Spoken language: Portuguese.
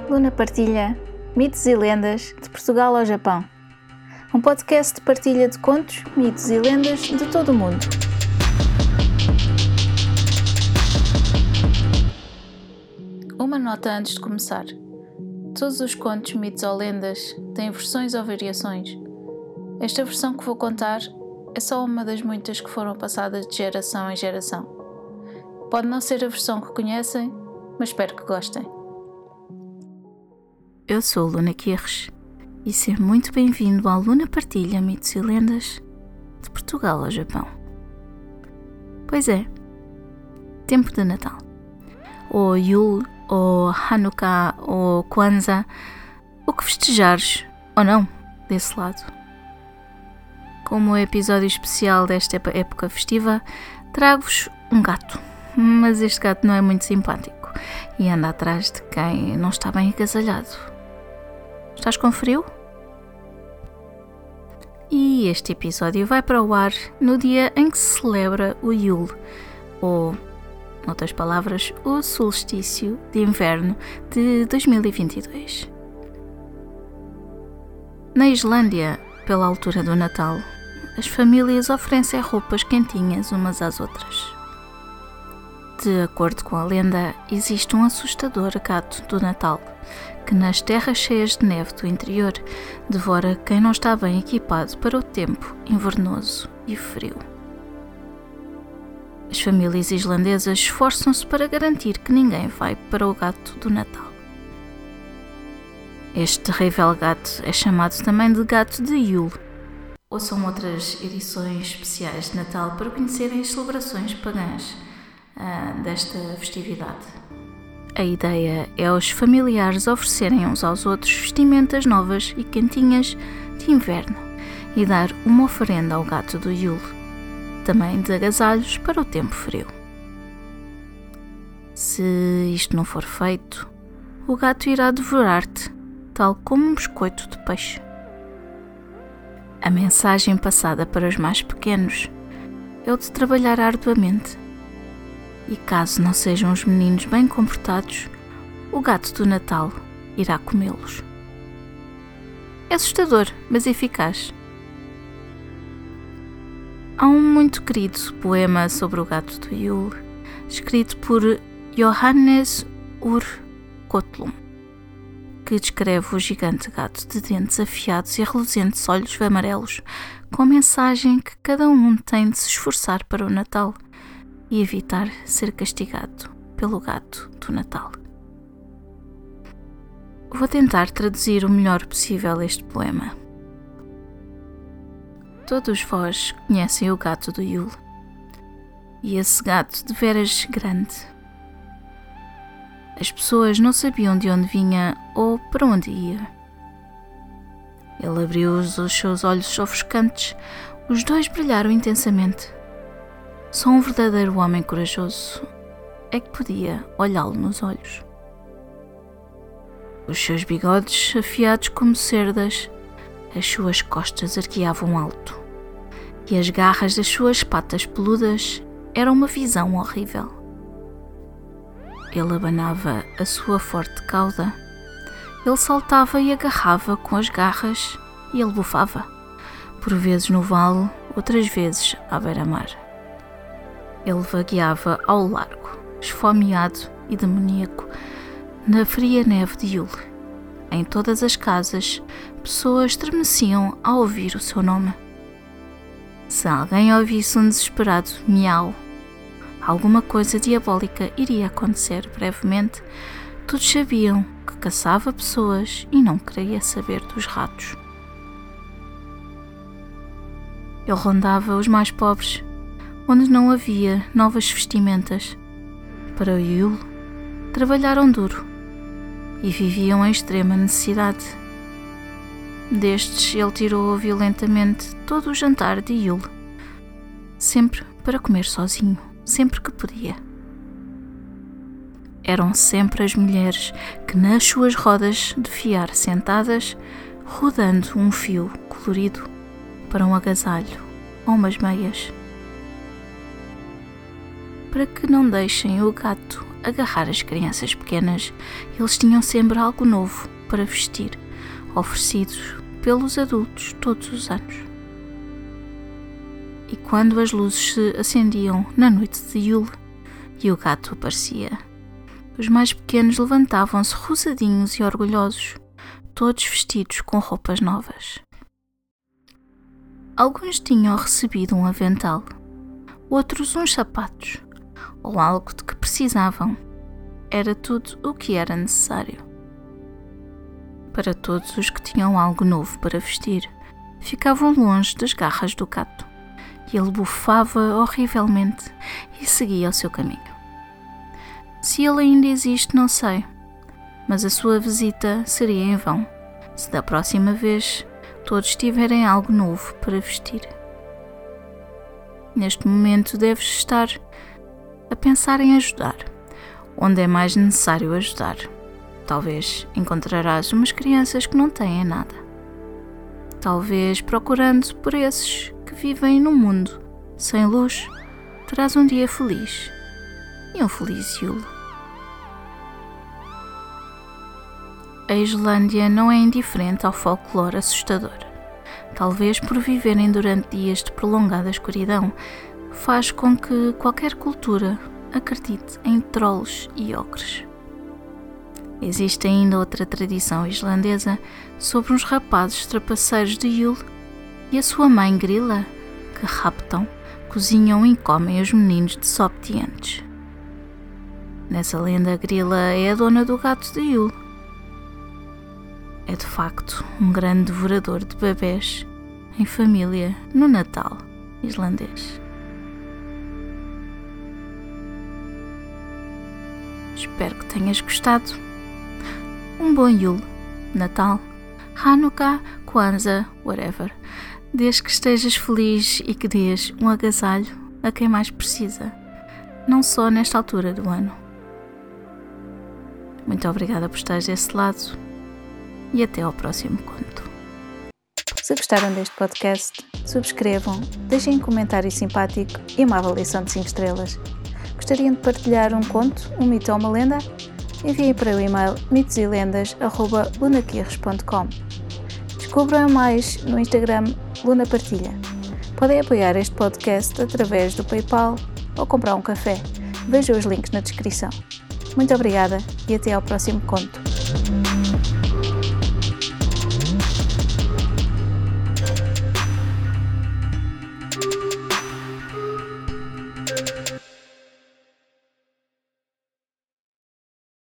Luna partilha mitos e lendas de Portugal ao Japão. Um podcast de partilha de contos, mitos e lendas de todo o mundo. Uma nota antes de começar. Todos os contos, mitos ou lendas têm versões ou variações. Esta versão que vou contar é só uma das muitas que foram passadas de geração em geração. Pode não ser a versão que conhecem, mas espero que gostem. Eu sou Luna Quirres e seja muito bem-vindo à Luna Partilha Mitos e Lendas de Portugal ao Japão. Pois é, tempo de Natal. Ou Yule, ou Hanukkah, ou Kwanzaa, o que festejares, ou não, desse lado. Como episódio especial desta época festiva, trago-vos um gato, mas este gato não é muito simpático e anda atrás de quem não está bem agasalhado. Estás com frio? E este episódio vai para o ar no dia em que se celebra o Yule, ou, em outras palavras, o solstício de inverno de 2022. Na Islândia, pela altura do Natal, as famílias oferecem roupas quentinhas umas às outras. De acordo com a lenda, existe um assustador gato do Natal que nas terras cheias de neve do interior devora quem não está bem equipado para o tempo invernoso e frio. As famílias islandesas esforçam-se para garantir que ninguém vai para o gato do Natal. Este terrível gato é chamado também de gato de Yule. Ou são outras edições especiais de Natal para conhecerem as celebrações pagãs desta festividade. A ideia é os familiares oferecerem uns aos outros vestimentas novas e quentinhas de inverno e dar uma oferenda ao gato do Yule, também de agasalhos para o tempo frio. Se isto não for feito, o gato irá devorar-te, tal como um biscoito de peixe. A mensagem passada para os mais pequenos é o de trabalhar arduamente. E caso não sejam os meninos bem comportados, o gato do Natal irá comê-los. É assustador, mas eficaz. Há um muito querido poema sobre o gato do Yule, escrito por Jóhannes Úr Kotlum, que descreve o gigante gato de dentes afiados e reluzentes olhos amarelos, com a mensagem que cada um tem de se esforçar para o Natal e evitar ser castigado pelo gato do Natal. Vou tentar traduzir o melhor possível este poema. Todos vós conhecem o gato do Yule, e esse gato de veras grande. As pessoas não sabiam de onde vinha ou para onde ia. Ele abriu os seus olhos ofuscantes, os dois brilharam intensamente. Só um verdadeiro homem corajoso é que podia olhá-lo nos olhos. Os seus bigodes, afiados como cerdas, as suas costas arqueavam alto, e as garras das suas patas peludas eram uma visão horrível. Ele abanava a sua forte cauda, ele saltava e agarrava com as garras e ele bufava, por vezes no vale, outras vezes à beira-mar. Ele vagueava ao largo, esfomeado e demoníaco, na fria neve de Yule. Em todas as casas, pessoas estremeciam ao ouvir o seu nome. Se alguém ouvisse um desesperado miau, alguma coisa diabólica iria acontecer brevemente. Todos sabiam que caçava pessoas e não queria saber dos ratos. Ele rondava os mais pobres, onde não havia novas vestimentas. Para o Yule, trabalharam duro e viviam em extrema necessidade. Destes, ele tirou violentamente todo o jantar de Yule, sempre para comer sozinho, sempre que podia. Eram sempre as mulheres que nas suas rodas de fiar sentadas, rodando um fio colorido para um agasalho ou umas meias. para que não deixem o gato agarrar as crianças pequenas. Eles tinham sempre algo novo para vestir, oferecidos pelos adultos todos os anos. E quando as luzes se acendiam na noite de Yule e o gato aparecia, os mais pequenos levantavam-se rosadinhos e orgulhosos, todos vestidos com roupas novas. Alguns tinham recebido um avental, outros uns sapatos, ou algo de que precisavam. Era tudo o que era necessário. Para todos os que tinham algo novo para vestir, ficavam longe das garras do gato, e ele bufava horrivelmente e seguia o seu caminho. Se ele ainda existe, não sei, mas a sua visita seria em vão, se da próxima vez todos tiverem algo novo para vestir. Neste momento deves estar a pensar em ajudar, onde é mais necessário ajudar. Talvez encontrarás umas crianças que não têm nada. Talvez procurando por esses que vivem num mundo sem luz, terás um dia feliz e um feliz Yule. A Islândia não é indiferente ao folclore assustador. Talvez por viverem durante dias de prolongada escuridão, faz com que qualquer cultura acredite em trolls e ogres. Existe ainda outra tradição islandesa sobre uns rapazes trapaceiros de Yule e a sua mãe Grilla, que raptam, cozinham e comem os meninos desobedientes. Nessa lenda, Grilla é a dona do gato de Yule. É de facto um grande devorador de bebés em família no Natal islandês. Espero que tenhas gostado. Um bom Yule, Natal, Hanukkah, Kwanzaa, whatever. Desde que estejas feliz e que dês um agasalho a quem mais precisa, não só nesta altura do ano. Muito obrigada por estares desse lado e até ao próximo conto. Se gostaram deste podcast, subscrevam, deixem um comentário simpático e uma avaliação de 5 estrelas. Gostariam de partilhar um conto, um mito ou uma lenda? Enviem para o e-mail mitoselendas@lunaquirres.com. Descubram mais no Instagram Luna Partilha. Podem apoiar este podcast através do PayPal ou comprar um café. Vejam os links na descrição. Muito obrigada e até ao próximo conto.